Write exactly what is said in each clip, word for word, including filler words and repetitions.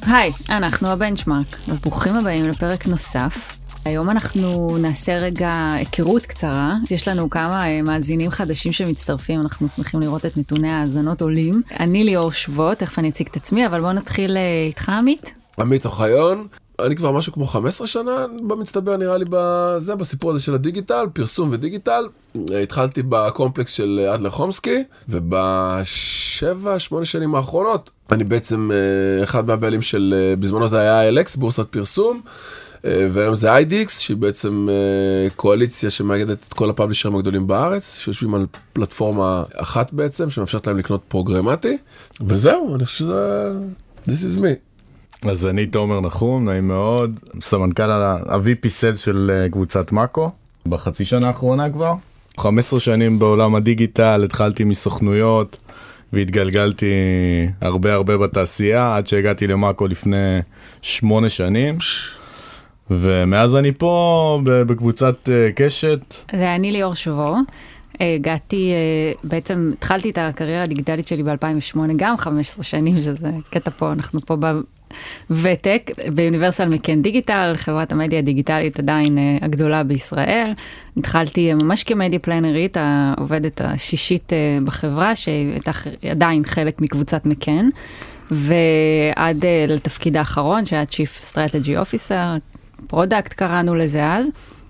היי, אנחנו הבנצ'מרק, וברוכים הבאים לפרק נוסף. היום אנחנו נעשה רגע היכרות קצרה. יש לנו כמה מאזינים חדשים שמצטרפים, אנחנו שמחים לראות את נתוני האזנות עולים. אני ליאור שבוע, תכף אני אציג את עצמי, אבל בואו נתחיל איתך עמית. עמית אוחיון, אני כבר משהו כמו חמש עשרה שנה במצטבר נראה לי בזה, בסיפור הזה של הדיגיטל, פרסום ודיגיטל. התחלתי בקומפלקס של אדלר חומסקי, ובשבע, שמונה שנים האחרונות, אני בעצם אחד מהבעלים של, בזמנו זה היה איי אל אקס, בורסת פרסום, והיום זה איי די אקס, שהיא בעצם קואליציה שמאגדת את כל הפאבלישרים הגדולים בארץ, שיושבים על פלטפורמה אחת בעצם, שמאפשרת להם לקנות פרוגרמטי, וזהו, אני חושב שזה, this is me. אז אני תומר נחום, נעים מאוד, סמנכ"ל ה-וי פי Sales של קבוצת מאקו, בחצי שנה האחרונה כבר. חמש עשרה שנים בעולם הדיגיטל, התחלתי מסוכנויות, והתגלגלתי הרבה הרבה בתעשייה, עד שהגעתי למאקו לפני שמונה שנים. ומאז אני פה בקבוצת קשת. זה אני ליאור שבוע. הגעתי, בעצם התחלתי את הקריירה הדיגיטלית שלי ב-אלפיים ושמונה, גם חמש עשרה שנים, שזה קטע פה, אנחנו פה בוותק, באוניברסל מקן דיגיטל, חברת המדיה הדיגיטלית עדיין הגדולה בישראל. התחלתי ממש כמדיה פלנרית, העובדת השישית בחברה, שהייתה עדיין חלק מקבוצת מקן, ועד לתפקיד האחרון, שהיה Chief Strategy Officer, פרודקט קראנו לזה אז,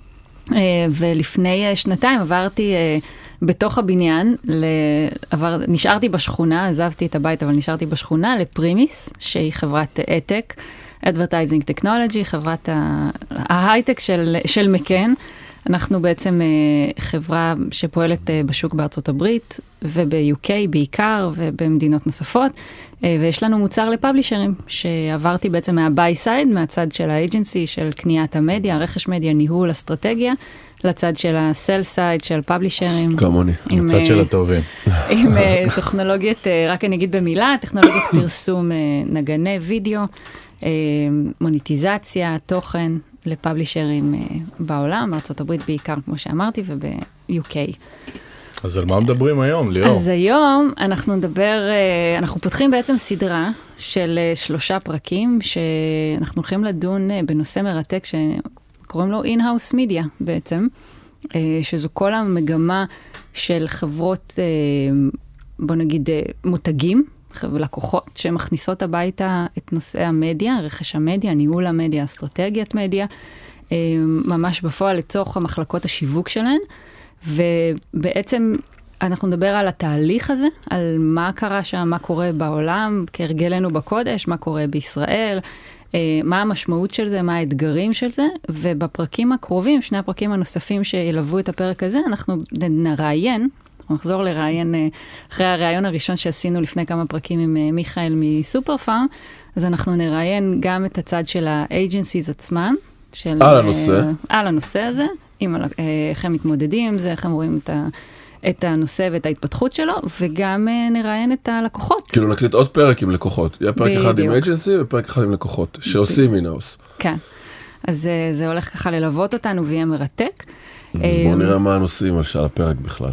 ולפני שנתיים עברתי בתוך הבניין, עבר, נשארתי בשכונה, עזבתי את הבית, אבל נשארתי בשכונה, לפרימיס, שהיא חברת אתק, Advertising Technology, חברת ההייטק של, של מקן. אנחנו בעצם חברה שפועלת בשוק בארצות הברית, וב-יו קיי בעיקר, ובמדינות נוספות, ויש לנו מוצר לפאבלישרים, שעברתי בעצם מהביי סייד, מהצד של האג'נסי, של קניית המדיה, רכש מדיה, ניהול, אסטרטגיה, לצד של הסל סייד, של פאבלישרים. כמוני, לצד של הטובים. עם טכנולוגיית, רק אני אגיד במילה, טכנולוגיית פרסום נגני וידאו, מוניטיזציה, תוכן, לפאבלישרים בעולם, בארצות הברית בעיקר, כמו שאמרתי, וב-יו קיי. אז על מה מדברים היום, ליאור? אז היום אנחנו נדבר, אנחנו פותחים בעצם סדרה של שלושה פרקים, שאנחנו הולכים לדון בנושא מרתק, שקוראים לו In-House Media בעצם, שזו כל המגמה של חברות, בוא נגיד, מותגים, לקוחות שמכניסות הביתה את נושאי המדיה, רכש המדיה, ניהול המדיה, אסטרטגיית מדיה, ממש בפועל לתוך המחלקות השיווק שלהן, ובעצם אנחנו נדבר על התהליך הזה, על מה קרה שם, מה קורה בעולם, כהרגלנו בקודש, מה קורה בישראל, מה המשמעות של זה, מה האתגרים של זה, ובפרקים הקרובים, שני הפרקים הנוספים שילוו את הפרק הזה, אנחנו נראיין, אנחנו נחזור לראיין, אחרי הראיון הראשון שעשינו לפני כמה פרקים עם מיכאל מסופר פארם, אז אנחנו נראיין גם את הצד של האג'נסיז עצמן, של, על הנושא. על הנושא הזה, עם, איך הם מתמודדים עם זה, איך הם רואים את, ה, את הנושא ואת ההתפתחות שלו, וגם נראיין את הלקוחות. כאילו נקליט עוד פרק עם לקוחות. יהיה פרק אחד עם אג'נסי ופרק אחד עם לקוחות, שעושים אינאוס. כן. אז זה הולך ככה ללוות אותנו ויהיה מרתק. אז בואו נראה מה הנושאים על שעל הפרק בכלל.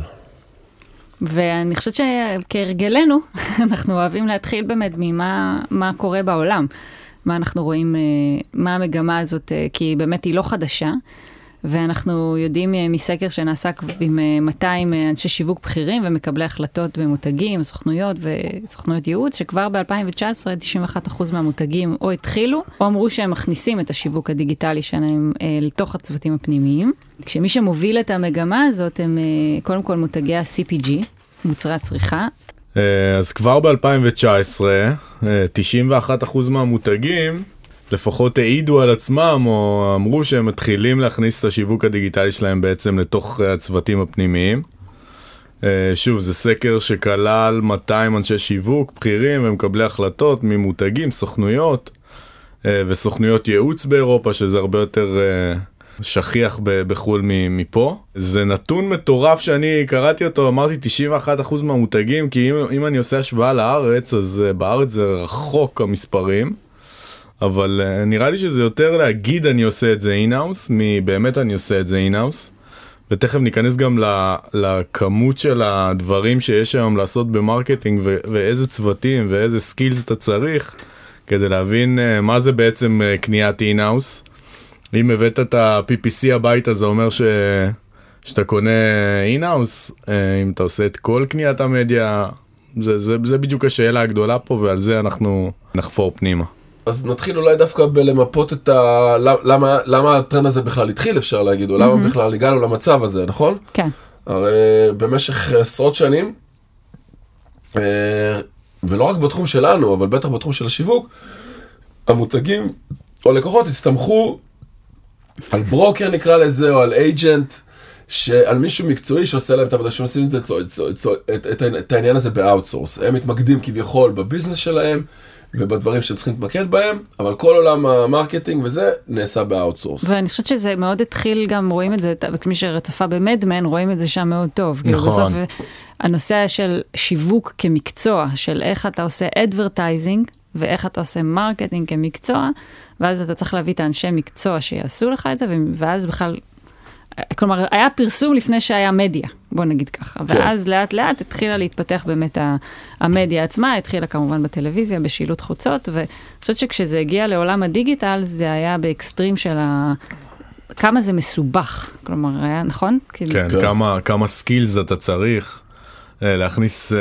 ואני חושבת שכהרגלנו, אנחנו אוהבים להתחיל באמת ממה מה קורה בעולם. מה אנחנו רואים, מה המגמה הזאת, כי באמת היא לא חדשה, ואנחנו יודעים מסקר שנעשה עם מאתיים אנשי שיווק בכירים ומקבלי החלטות במותגים, סוכנויות וסוכנויות ייעוץ, שכבר ב-אלפיים תשע עשרה תשעים ואחד אחוז מהמותגים או התחילו, או אמרו שהם מכניסים את השיווק הדיגיטלי שלהם לתוך הצוותים הפנימיים. כשמי שמוביל את המגמה הזאת הם קודם כל מותגי ה-סי פי ג'י, מוצרי הצריכה. אז כבר ב-אלפיים תשע עשרה, תשעים ואחד אחוז מהמותגים לפחות העידו על עצמם, או אמרו שהם מתחילים להכניס את השיווק הדיגיטלי שלהם בעצם לתוך הצוותים הפנימיים. שוב, זה סקר שכלל מאתיים אנשי שיווק, בכירים ומקבלי החלטות ממותגים, סוכנויות, וסוכנויות ייעוץ באירופה, שזה הרבה יותר שכיח בחול מפה. זה נתון מטורף שאני קראתי אותו, אמרתי תשעים ואחד אחוז מהמותגים, כי אם, אם אני עושה השוואה לארץ, אז בארץ זה רחוק המספרים. אבל uh, נראה לי שזה יותר להגיד אני עושה את זה אין-האוס, מבאמת אני עושה את זה אין-האוס. ותכף ניכנס גם לכמות של הדברים שיש היום לעשות במרקטינג, ו- ואיזה צוותים ואיזה סקילס אתה צריך, כדי להבין מה זה בעצם קניית אין-האוס. אם הבאת את ה-פי פי סי הביתה, זה אומר ש... שאתה קונה אין-האוס, אם אתה עושה את כל קניית המדיה, זה, זה, זה בדיוק השאלה הגדולה פה, ועל זה אנחנו נחפור פנימה. אז נתחיל אולי דווקא בלמפות את ה... למה, למה הטרנד הזה בכלל התחיל, אפשר להגיד, או למה mm-hmm. בכלל הגענו למצב הזה, נכון? כן. הרי במשך עשרות שנים, ולא רק בתחום שלנו, אבל בטח בתחום של השיווק, המותגים או לקוחות הסתמכו על ברוקר נקרא לזה, או על אייג'נט, שעל מישהו מקצועי שעושה להם את העבודה, שעושים את זה, את העניין הזה באוטסורס. הם מתמקדים כביכול בביזנס שלהם, ובדברים שהם צריכים להתמקד בהם, אבל כל עולם המרקטינג וזה נעשה באוטסורס. ואני חושבת שזה מאוד התחיל גם, רואים את זה, כמי שרצפה במדמן, רואים את זה שם מאוד טוב. נכון. בסוף, הנושא של שיווק כמקצוע, של איך אתה עושה אדברטייזינג, ואיך אתה עושה מרקטינג כמקצוע, ואז אתה צריך להביא את האנשי מקצוע שיעשו לך את זה, ואז בכלל, כלומר, היה פרסום לפני שהיה מדיה, בוא נגיד ככה. כן. ואז לאט לאט התחילה להתפתח באמת המדיה עצמה, התחילה כמובן בטלוויזיה, בשילוט חוצות, ואני חושבת שכשזה הגיע לעולם הדיגיטל, זה היה באקסטרים של ה... כמה זה מסובך, כלומר, היה נכון? כן, כן. כמה, כמה סקילס אתה צריך להכניס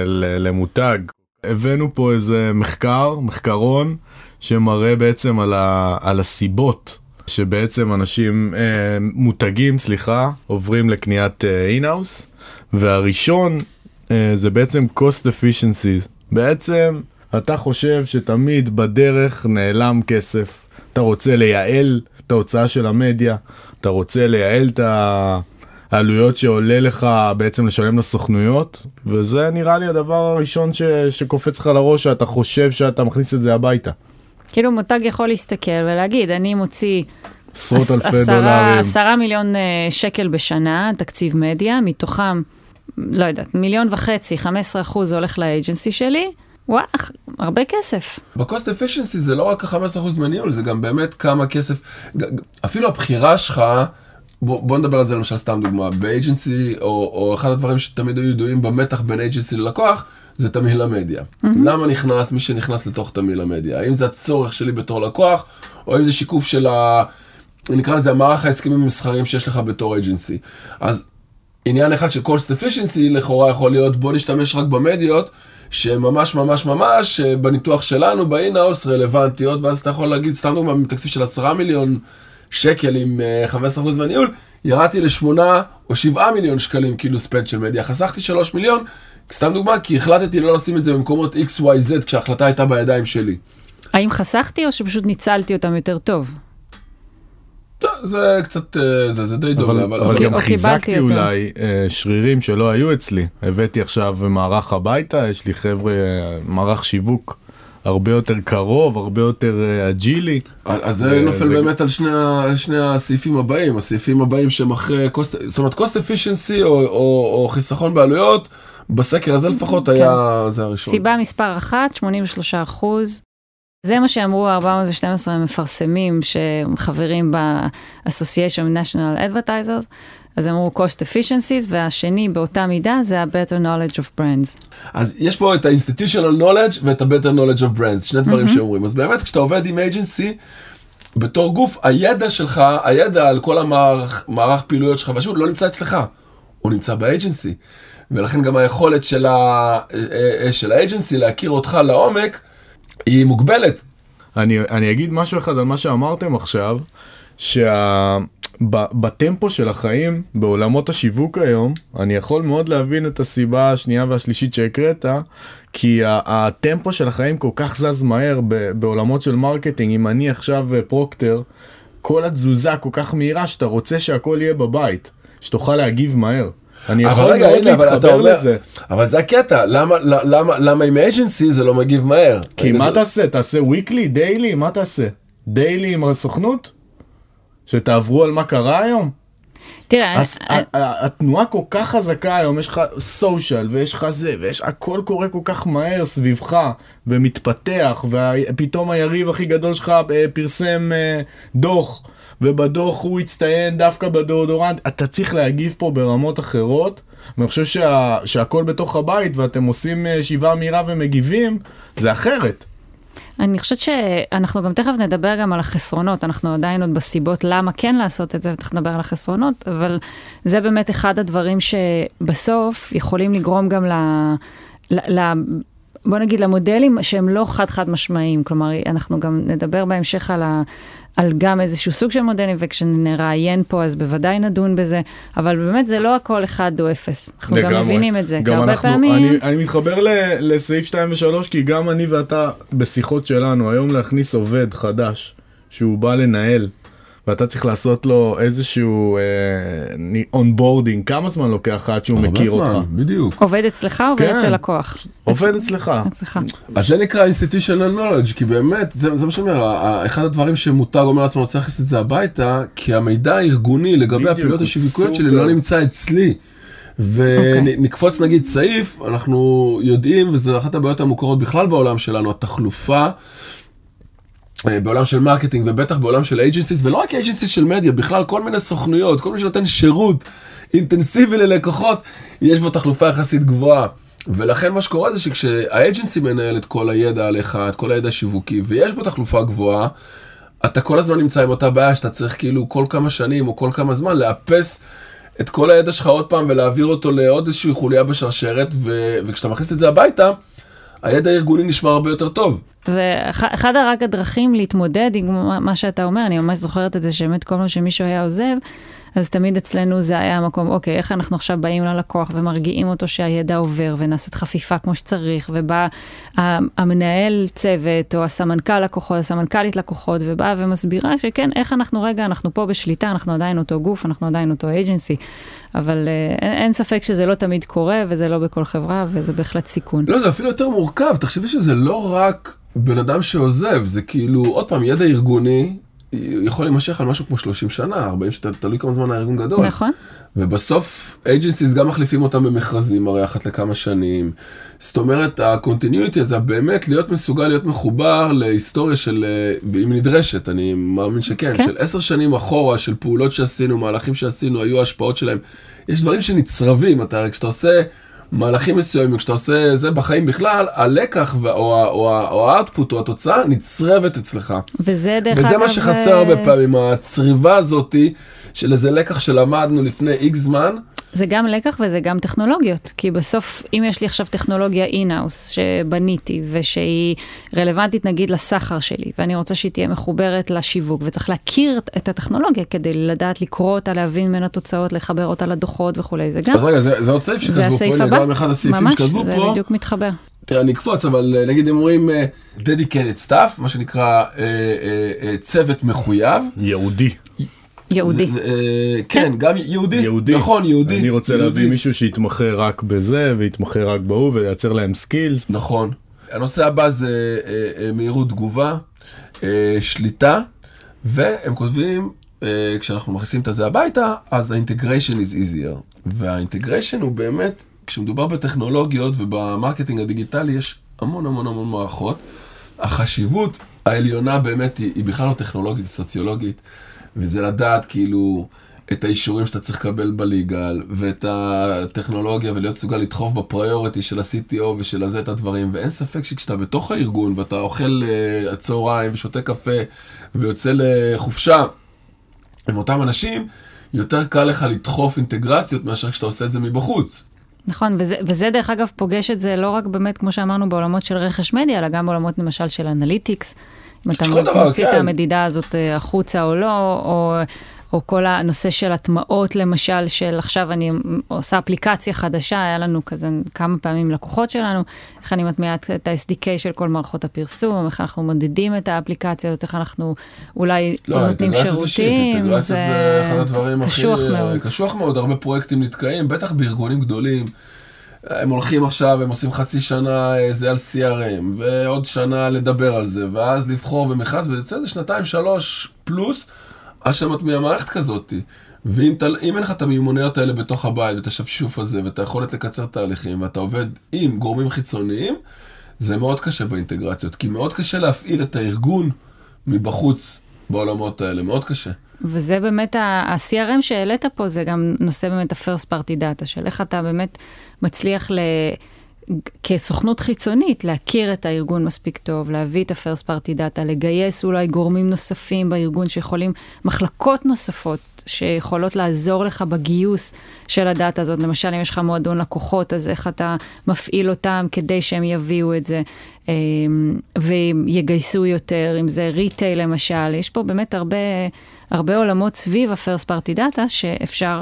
למותג. הבאנו פה איזה מחקר, מחקרון, שמראה בעצם על, ה, על הסיבות שבעצם אנשים אה, מותגים, סליחה, עוברים לקניית אין-האוס, אה, והראשון אה, זה בעצם cost efficiency. בעצם אתה חושב שתמיד בדרך נעלם כסף, אתה רוצה לייעל את ההוצאה של המדיה, אתה רוצה לייעל את העלויות שעולה לך בעצם לשלם לסוכנויות, וזה נראה לי הדבר הראשון ש, שקופץ לך לראש, שאתה חושב שאתה מכניס את זה הביתה. כאילו מותג יכול להסתכל ולהגיד, אני מוציא עשרות אלפי דולרים. עשרה מיליון שקל בשנה, תקציב מדיה, מתוכם, לא יודעת, מיליון וחצי, חמישה עשר אחוז הולך לאג'נסי שלי, וואלה, הרבה כסף. בקוסט אפישנסי זה לא רק ה-חמישה עשר אחוז מניהול, זה גם באמת כמה כסף, אפילו הבחירה שלך, בוא, בוא נדבר על זה למשל סתם דוגמה, באג'נסי, או, או אחד הדברים שתמיד היו ידועים במתח בין אג'נסי ללקוח, זה תמהיל המדיה. Mm-hmm. למה נכנס מי שנכנס לתוך תמהיל המדיה? האם זה הצורך שלי בתור לקוח, או האם זה שיקוף של ה... נקרא לזה המערך ההסכמים המסחריים שיש לך בתור אג'נסי. אז עניין אחד של cost efficiency לכאורה יכול להיות, בוא נשתמש רק במדיות, שממש ממש ממש בניתוח שלנו, באין-האוס רלוונטיות, ואז אתה יכול להגיד, סתם דוגמה, מתקציב של עשרה מיליון שקל עם חמישה עשר אחוז מהניהול, ירדתי לשמונה או שבעה מיליון שקלים כאילו ספנד של מדיה, חסכתי שלוש מיליון, סתם דוגמה, כי החלטתי לא לשים את זה במקומות X Y Z כשההחלטה הייתה בידיים שלי. האם חסכתי או שפשוט ניצלתי אותם יותר טוב? זה קצת, זה, זה די דומה. אבל, אבל גם חיזקתי אולי שרירים שלא היו אצלי. הבאתי עכשיו מערך הביתה, יש לי חבר'ה, מערך שיווק הרבה יותר קרוב, הרבה יותר אג'ילי. אז זה נופל באמת על שני, שני הסעיפים הבאים, הסעיפים הבאים שהם אחרי, זאת אומרת, cost efficiency או, או, או חיסכון בעלויות, בסקר הזה לפחות היה, זה הראשון. סיבה מספר אחת, שמונים ושלושה אחוז. זה מה שאמרו ארבע מאות ושתים עשרה מפרסמים שחברים ב-Association of National Advertisers, אז אמרו cost efficiencies, והשני באותה מידה זה ה-better knowledge of brands. אז יש פה את ה-institutional knowledge ואת ה-better knowledge of brands, שני דברים mm-hmm. שאומרים. אז באמת כשאתה עובד עם agency, בתור גוף, הידע שלך, הידע על כל המערך, מערך פעילויות שלך, פשוט לא נמצא אצלך, הוא נמצא באג'נסי. ולכן גם היכולת של האג'נסי להכיר אותך לעומק, היא מוגבלת. אני, אני אגיד משהו אחד על מה שאמרתם עכשיו, שבטמפו של החיים, בעולמות השיווק היום, אני יכול מאוד להבין את הסיבה השנייה והשלישית שהקראת, כי הטמפו של החיים כל כך זז מהר בעולמות של מרקטינג. אם אני עכשיו פרוקטר, כל התזוזה כל כך מהירה שאתה רוצה שהכל יהיה בבית, שתוכל להגיב מהר. אני יכול רגע, מאוד הנה, להתחבר אומר, לזה. אבל זה הקטע, למה, למה, למה עם אג'נסי זה לא מגיב מהר? כי מה זה... תעשה? תעשה weekly, daily, מה תעשה? daily עם הסוכנות? שתעברו על מה קרה היום? תראה, אז I... התנועה כל כך חזקה היום, יש לך סושיאל ויש לך זה, ויש הכל קורה כל כך מהר סביבך, ומתפתח, ופתאום היריב הכי גדול שלך פרסם דוח, ובדוח הוא יצטיין דווקא בדאודורנט. אתה צריך להגיב פה ברמות אחרות, ואני חושב שה, שהכל בתוך הבית, ואתם עושים שיבה מהירה ומגיבים, זה אחרת. אני חושבת שאנחנו גם תכף נדבר גם על החסרונות, אנחנו עדיין עוד בסיבות למה כן לעשות את זה, ותכף נדבר על החסרונות, אבל זה באמת אחד הדברים שבסוף יכולים לגרום גם ל... ל... ל... בוא נגיד למודלים שהם לא חד חד משמעיים, כלומר אנחנו גם נדבר בהמשך על, ה, על גם איזשהו סוג של מודלים, וכשנראיין פה אז בוודאי נדון בזה, אבל באמת זה לא הכל אחד או אפס, אנחנו לגמרי. גם מבינים את זה, כי הרבה אנחנו, פעמים... אני, אני מתחבר ל, לסעיף שתיים ושלוש, כי גם אני ואתה בשיחות שלנו, היום להכניס עובד חדש, שהוא בא לנהל, ואתה צריך לעשות לו איזשהו אונבורדינג, כמה זמן לוקח עד שהוא מכיר אותך? בדיוק. עובד אצלך או עובד אצל לקוח? עובד אצלך. אז זה נקרא institutional knowledge, כי באמת, זה מה שאומר, אחד הדברים שמותג אומר לעצמו, רוצה להכניס את זה הביתה, כי המידע הארגוני לגבי הפעילויות השיווקיות שלי לא נמצא אצלי. ונקפוץ נגיד סעיף, אנחנו יודעים, וזה אחת הבעיות המוכרות בכלל בעולם שלנו, התחלופה, בעולם של מרקטינג ובטח בעולם של אייג'נסיס, ולא רק אייג'נסיס של מדיה, בכלל כל מיני סוכנויות, כל מי שנותן שירות אינטנסיבי ללקוחות, יש בו תחלופה יחסית גבוהה. ולכן מה שקורה זה שכשהאייג'נסי מנהל את כל הידע עליך, את כל הידע השיווקי, ויש בו תחלופה גבוהה, אתה כל הזמן נמצא עם אותה בעיה שאתה צריך כאילו כל כמה שנים או כל כמה זמן לאפס את כל הידע שלך עוד פעם ולהעביר אותו לעוד איזושהי חוליה בשרשרת, ו- וכשאתה מכניס את זה הביתה, הידע הארגוני נשמע הרבה יותר טוב. ואחד רק הדרכים להתמודד עם מה שאתה אומר, אני ממש זוכרת את זה שבאמת כל מה שמישהו היה עוזב, אז תמיד אצלנו זה היה המקום, אוקיי, איך אנחנו עכשיו באים ללקוח ומרגיעים אותו שהידע עובר ונעשית חפיפה כמו שצריך, ובא המנהל צוות או הסמנכ"ל לקוחות, הסמנכ"לית לקוחות, ובא ומסבירה שכן, איך אנחנו רגע, אנחנו פה בשליטה, אנחנו עדיין אותו גוף, אנחנו עדיין אותו אייג'נסי, אבל אין, אין ספק שזה לא תמיד קורה, וזה לא בכל חברה, וזה בהחלט סיכון. לא, זה אפילו יותר מורכב, תחשבי שזה לא רק בן אדם שעוזב, זה כאילו, עוד פעם, ידע ארגוני, יכול להימשך על משהו כמו שלושים שנה, ארבעים, שתלוי כמה זמן הארגון גדול. נכון. ובסוף, אייג'נסיס גם מחליפים אותם במכרזים, הרי אחת לכמה שנים. זאת אומרת, הקונטיניויטי הזה, באמת להיות מסוגל, להיות מחובר להיסטוריה של, ואם נדרשת, אני מאמין שכן, כן. של עשר שנים אחורה, של פעולות שעשינו, מהלכים שעשינו, היו ההשפעות שלהם. יש דברים שנצרבים, אתה הרי כשאתה עושה מהלכים מסוימים, כשאתה עושה זה בחיים בכלל, הלקח או, או, או, או האוטפוט או התוצאה נצרבת אצלך. וזה דרך וזה מה שחסר הרבה פעמים, הצריבה הזאת של איזה לקח שלמדנו לפני איקס זמן. זה גם לקח וזה גם טכנולוגיות, כי בסוף, אם יש לי עכשיו טכנולוגיה אין-האוס שבניתי, ושהיא רלוונטית נגיד לסחר שלי, ואני רוצה שהיא תהיה מחוברת לשיווק, וצריך להכיר את הטכנולוגיה כדי לדעת לקרוא אותה, להבין מן התוצאות, לחבר אותה לדוחות וכו'. זה גם. אז רגע, זה, זה עוד סעיף שכתבו פה, הנה גם אחד הסעיפים שכתבו פה. ממש, זה בדיוק מתחבר. תראה, אני אקפוץ, אבל נגיד הם אומרים dedicated staff, מה שנקרא צוות מחויב. יהודי. יהודי. כן, גם יהודי. נכון, יהודי. אני רוצה להביא מישהו שיתמחה רק בזה, ויתמחה רק בהוא, וייצר להם סקילס. נכון. הנושא הבא זה מהירות תגובה, שליטה, והם כותבים, כשאנחנו מכניסים את זה הביתה, אז ה-integration is easier. וה-integration הוא באמת, כשמדובר בטכנולוגיות ובמרקטינג הדיגיטלי, יש המון המון המון מערכות. החשיבות העליונה באמת היא, היא בכלל לא טכנולוגית, היא סוציולוגית. וזה לדעת כאילו את האישורים שאתה צריך לקבל בליגל, ואת הטכנולוגיה, ולהיות סוגל לדחוף בפריוריטי של ה-סי טי או ושל הזה את הדברים. ואין ספק שכשאתה בתוך הארגון, ואתה אוכל uh, הצהריים ושותה קפה, ויוצא לחופשה עם אותם אנשים, יותר קל לך לדחוף אינטגרציות מאשר כשאתה עושה את זה מבחוץ. נכון, וזה, וזה דרך אגב פוגש את זה לא רק באמת, כמו שאמרנו, בעולמות של רכש מדיה, אלא גם בעולמות למשל של אנליטיקס, אם אתה מוציא את המדידה הזאת החוצה או לא, או, או כל הנושא של הטמעות למשל, של עכשיו אני עושה אפליקציה חדשה, היה לנו כזה כמה פעמים לקוחות שלנו, איך אני מטמיעה את ה-אס די קיי של כל מערכות הפרסום, איך אנחנו מודדים את האפליקציה הזאת, איך אנחנו אולי לא, נותנים שירותים, אינטגרציה זה אחד הדברים הכי קשוח מאוד, הרבה פרויקטים נתקעים, בטח בארגונים גדולים, הם הולכים עכשיו, הם עושים חצי שנה זה על סי אר אם, ועוד שנה לדבר על זה, ואז לבחור במכרז, ויוצא זה שנתיים, שלוש פלוס, עד שמטמיע מערכת כזאת. ואם אין לך את המיומנויות האלה בתוך הבית, ואת השפשוף הזה, ואת היכולת לקצר תהליכים, ואתה עובד עם גורמים חיצוניים, זה מאוד קשה באינטגרציות, כי מאוד קשה להפעיל את הארגון מבחוץ בעולמות האלה, מאוד קשה. וזה באמת, ה-סי אר אם שהעלית פה, זה גם נושא באמת ה-first party data, של איך אתה באמת מצליח ל... כסוכנות חיצונית, להכיר את הארגון מספיק טוב, להביא את ה-first party data, לגייס אולי גורמים נוספים בארגון שיכולים, מחלקות נוספות שיכולות לעזור לך בגיוס של הדאטה הזאת. למשל, אם יש לך מועדון לקוחות, אז איך אתה מפעיל אותם כדי שהם יביאו את זה, ויגייסו יותר, אם זה ריטייל למשל. יש פה באמת הרבה, הרבה עולמות סביב ה-first party data שאפשר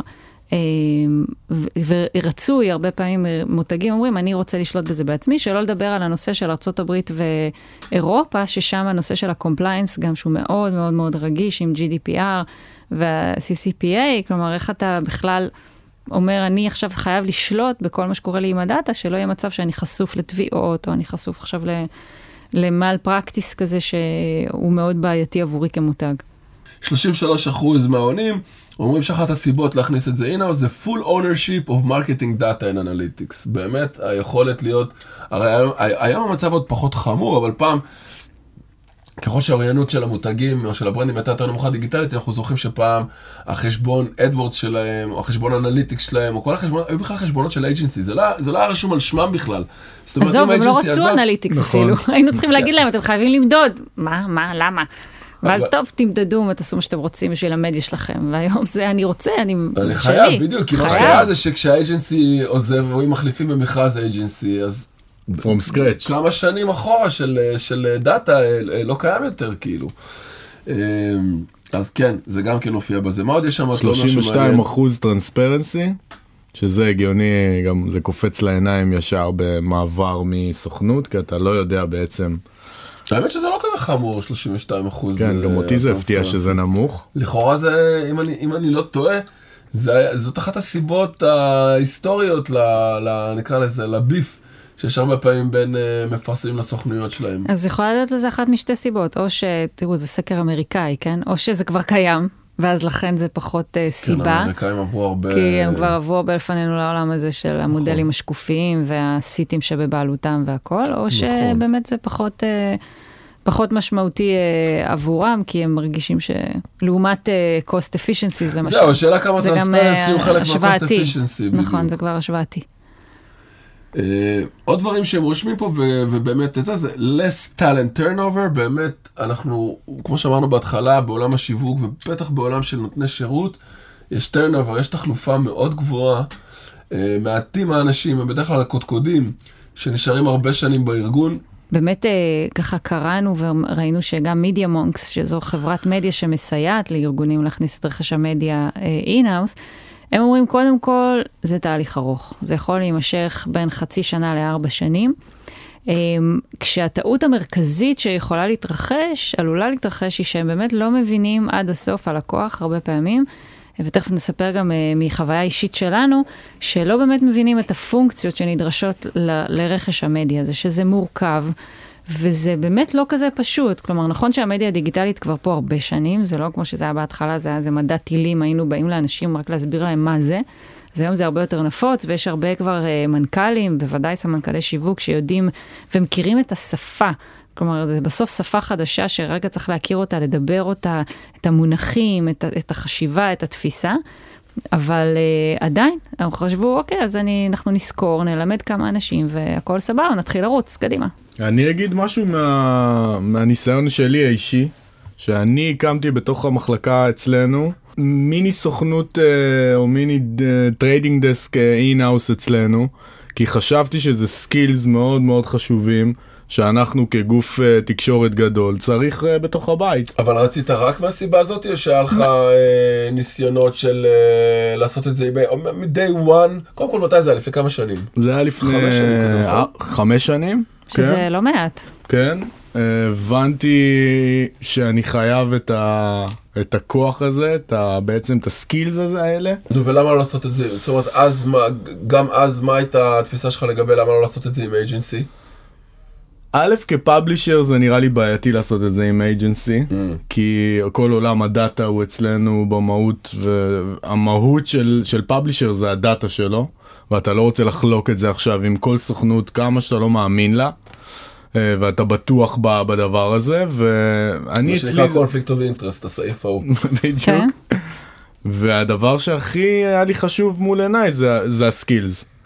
ורצוי, הרבה פעמים מותגים אומרים, אני רוצה לשלוט בזה בעצמי, שלא לדבר על הנושא של ארצות הברית ואירופה, ששם הנושא של הקומפליינס, גם שהוא מאוד מאוד מאוד רגיש עם ג'י די פי אר וה-סי סי פי איי, כלומר, איך אתה בכלל אומר, אני עכשיו חייב לשלוט בכל מה שקורה לי עם הדאטה, שלא יהיה מצב שאני חשוף לתביעות, או אני חשוף עכשיו למעל פרקטיס כזה, שהוא מאוד בעייתי עבורי כמותג. שלושים ושלושה אחוז מהעונים אומרים שאחת הסיבות להכניס את זה in-house זה full ownership of marketing data and analytics. באמת, היכולת להיות, הרי היום, היום המצב עוד פחות חמור, אבל פעם, ככל שהאוריינות של המותגים או של הברנדים הייתה יותר נמוכה דיגיטלית, אנחנו זוכרים שפעם החשבון AdWords שלהם, או החשבון אנליטיקס שלהם, או כל החשבונות, היו בכלל חשבונות של agency, זה לא, זה לא היה רשום על שמם בכלל. עזוב, הם לא רצו אנליטיקס אפילו, היינו צריכים להגיד להם, אתם חייבים למדוד. מה, מה, למה? ואז טוב, תמדדו מה תעשו מה שאתם רוצים בשביל המדיה שלכם, והיום זה אני רוצה, אני שלי. אני חייב, בדיוק, כי מה שקרה זה שכשהאג'נסי עוזב, או אם מחליפים במכרז האג'נסי, אז From scratch. כמה שנים אחורה של, של דאטה לא קיים יותר, כאילו. אז כן, זה גם כן הופיע בזה. מה עוד יש שם? שלושים ושתיים אחוז טרנספרנסי, שזה הגיוני, גם זה קופץ לעיניים ישר במעבר מסוכנות, כי אתה לא יודע בעצם. האמת שזה לא כזה חמור, שלושים ושתיים אחוז. כן, גם אותי זה הפתיע שזה נמוך. לכאורה זה, אם אני, אם אני לא טועה, זה, זאת אחת הסיבות ההיסטוריות, ל, ל, נקרא לזה, לביף, שיש הרבה פעמים בין uh, מפרסמים לסוכנויות שלהם. אז יכולה לדעת לזה אחת משתי סיבות, או שתראו, זה סקר אמריקאי, כן? או שזה כבר קיים, ואז לכן זה פחות uh, סיבה. כן, האמריקאים עברו הרבה... כי הם כבר עברו הרבה לפנינו לעולם הזה של המודלים השקופיים, והסיטים שבבעלותם והכל, או שבאמת זה פחות... Uh, פחות משמעותי uh, עבורם, כי הם מרגישים שלעומת uh, cost efficiencies למשל. זהו, השאלה כמה טרנספרנסי הוא חלק מה-cost efficiency. נכון, זה כבר השוואתי. Uh, עוד דברים שהם רושמים פה, ו- ובאמת, זה, זה less talent turnover, באמת, אנחנו, כמו שאמרנו בהתחלה, בעולם השיווק, ובטח בעולם של נותני שירות, יש turnover, יש תחלופה מאוד גבוהה, uh, מעטים האנשים, הם בדרך כלל הקודקודים, שנשארים הרבה שנים בארגון, באמת ככה קראנו וראינו שגם מידיה מונקס, שזו חברת מדיה שמסייעת לארגונים להכניס את רכש המדיה אין-האוס, הם אומרים קודם כל, זה תהליך ארוך. זה יכול להימשך בין חצי שנה לארבע שנים. כשהטעות המרכזית שיכולה להתרחש, עלולה להתרחש, היא שהם באמת לא מבינים עד הסוף על הכוח הרבה פעמים, ותכף נספר גם מחוויה אישית שלנו, שלא באמת מבינים את הפונקציות שנדרשות ל- לרכש המדיה הזה, שזה מורכב, וזה באמת לא כזה פשוט. כלומר, נכון שהמדיה הדיגיטלית כבר פה הרבה שנים, זה לא כמו שזה היה בהתחלה, זה היה זה מדע טילים, היינו באים לאנשים רק להסביר להם מה זה, אז היום זה הרבה יותר נפוץ, ויש הרבה כבר מנכ"לים, בוודאי סמנכ"לי שיווק, שיודעים ומכירים את השפה, כלומר, זה בסוף שפה חדשה שרגע צריך להכיר אותה, לדבר אותה, את המונחים, את, את החשיבה, את התפיסה, אבל uh, עדיין, הם חשבו, אוקיי, אז אני, אנחנו נזכור, נלמד כמה אנשים, והכל סבבה, נתחיל לרוץ, קדימה. אני אגיד משהו מה, מהניסיון שלי האישי, שאני הקמתי בתוך המחלקה אצלנו, מיני סוכנות uh, או מיני טריידינג דסק אין-האוס אצלנו, כי חשבתי שזה סקילס מאוד מאוד חשובים, שאנחנו כגוף uh, תקשורת גדול צריך uh, בתוך הבית. אבל רצית רק מהסיבה הזאת, או שהיה לך uh, ניסיונות של uh, לעשות את זה מ-day one? קודם כל, מתי זה היה? לפני כמה שנים? זה היה לפני... חמש שנים כזה, נכון? חמש שנים? שזה כן. לא מעט. כן. הבנתי שאני חייב את, ה... את הכוח הזה, את ה... בעצם את הסקילס הזה האלה. נו, ולמה לא לעשות את זה? זאת אומרת, אז מה, גם אז מה הייתה התפיסה שלך לגבי למה לא לעשות את זה עם אייג'נסי? א', כפאבלישר זה נראה לי בעייתי לעשות את זה עם אייג'נסי, mm. כי כל עולם הדאטה הוא אצלנו במהות, והמהות של, של פאבלישר זה הדאטה שלו, ואתה לא רוצה לחלוק את זה עכשיו עם כל סוכנות, כמה שאתה לא מאמין לה, ואתה בטוח בדבר הזה, ואני אצלי... מה שנקרא conflict of interest, הסעיף ההוא. בדיוק. והדבר שהכי היה לי חשוב מול עיניי זה, זה הסקילס.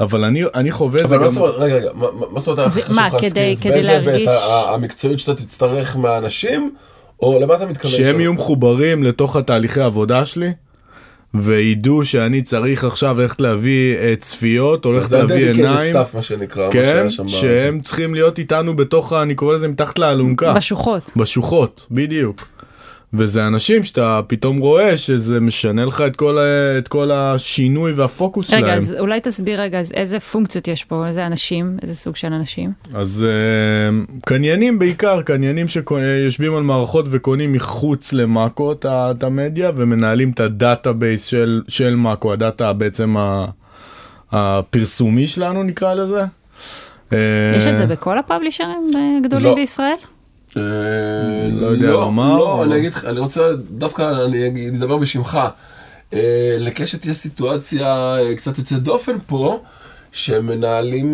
אבל אני, אני חווה זה אבל גם... מה זאת אומרת, רגע, רגע, מה, מה זאת אומרת, זה, מה, כדי, כדי באיזה להרגיש... בית המקצועית שאתה תצטרך מהאנשים, או למה אתה מתכוון? שהם יהיו מחוברים לתוך התהליכי העבודה שלי, וידעו שאני צריך עכשיו ללכת להביא צפיות, או ללכת להביא עיניים. סטאפ, מה שנקרא, כן, שהם צריכים להיות איתנו בתוך, אני קורא לזה מתחת לאלונקה. בשוחות. בשוחות, בדיוק. וזה אנשים שאתה פתאום רואה שזה משנה לך את כל, את כל השינוי והפוקוס רגע, שלהם. רגע, אז אולי תסביר רגע, אז איזה פונקציות יש פה, איזה אנשים, איזה סוג של אנשים? אז uh, קניינים בעיקר, קניינים שיושבים על מערכות וקונים מחוץ למאקו את המדיה, ומנהלים את הדאטאבייס של, של מאקו, הדאטה בעצם הפרסומי שלנו נקרא לזה. יש את זה בכל הפאבלישרים גדולים בישראל? לא יודע לומר. לא, אני אגיד, אני רוצה, דווקא אני אדבר בשמך. לקשת יש סיטואציה קצת יוצאת דופן פה, שהם מנהלים,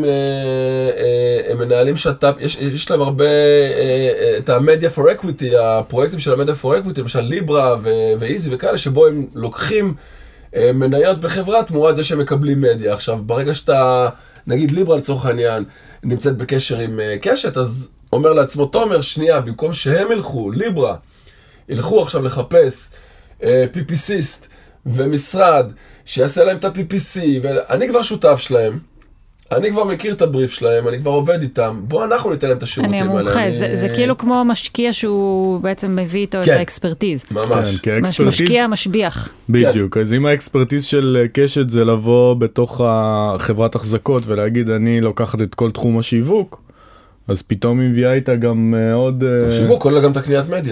הם מנהלים שת"פ, יש, יש להם הרבה, את המדיה פור אקוויטי, הפרויקטים של המדיה פור אקוויטי, למשל ליברה ואיזי וכאלה, שבו הם לוקחים מניות בחברה תמורת זה שהם מקבלים מדיה. עכשיו, ברגע שאתה, נגיד ליברה לצורך העניין, נמצאת בקשר עם קשת, אז אומר לעצמו תומר, שנייה, במקום שהם ילכו, ליברה, ילכו עכשיו לחפש פי פי סיסט ומשרד שיעשה להם את ה-פי פי סי, ואני כבר שותף שלהם, אני כבר מכיר את הבריף שלהם, אני כבר עובד איתם, בוא אנחנו ניתן להם את השירותים האלה. אני מומחה, זה, זה כאילו כמו משקיע שהוא בעצם מביא איתו כן, את האקספרטיז. ממש. כן, משקיע משביח. בדיוק, כן. אז אם האקספרטיז של קשת זה לבוא בתוך החברת החזקות ולהגיד אני לוקחת את כל תחום השיווק, אז פתאום היא מביאה איתה גם עוד... שיווק, כולל גם את הקניית מדיה.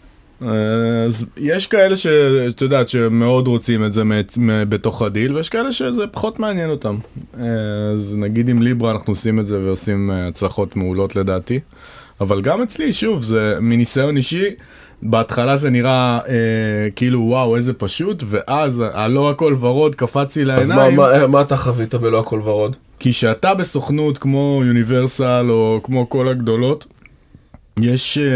אז יש כאלה שאתה יודעת שמאוד רוצים את זה בתוך הדיל, ויש כאלה שזה פחות מעניין אותם. אז נגיד עם ליברה אנחנו עושים את זה ועושים הצלחות מעולות לדעתי. אבל גם אצלי, שוב, זה מניסיון אישי, בהתחלה זה נראה אה, כאילו וואו איזה פשוט, ואז הלא הכל ורוד קפצי לעיניים. אז מה, מה, מה אתה חווית בלא הכל ורוד? כי שאתה בסוכנות כמו יוניברסל או כמו כל הגדולות, יש, אה,